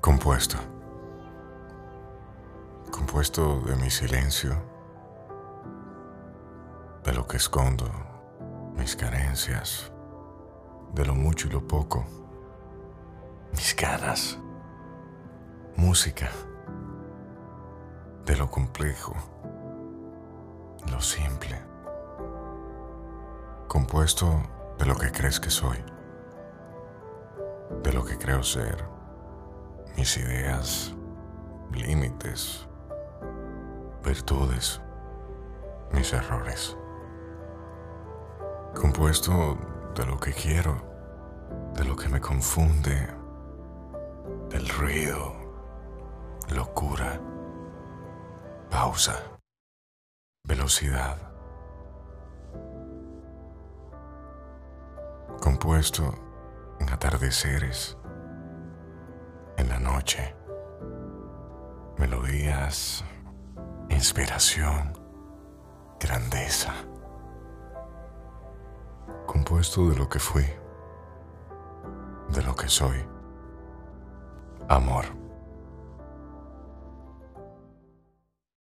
Compuesto. Compuesto de mi silencio, de lo que escondo, mis carencias, de lo mucho y lo poco, mis ganas, música, de lo complejo, lo simple. Compuesto de lo que crees que soy, de lo que creo ser, mis ideas, límites, virtudes, mis errores. Compuesto de lo que quiero, de lo que me confunde, del ruido, locura, pausa, velocidad. Compuesto en atardeceres, en la noche, melodías, inspiración, grandeza. Compuesto de lo que fui, de lo que soy, amor.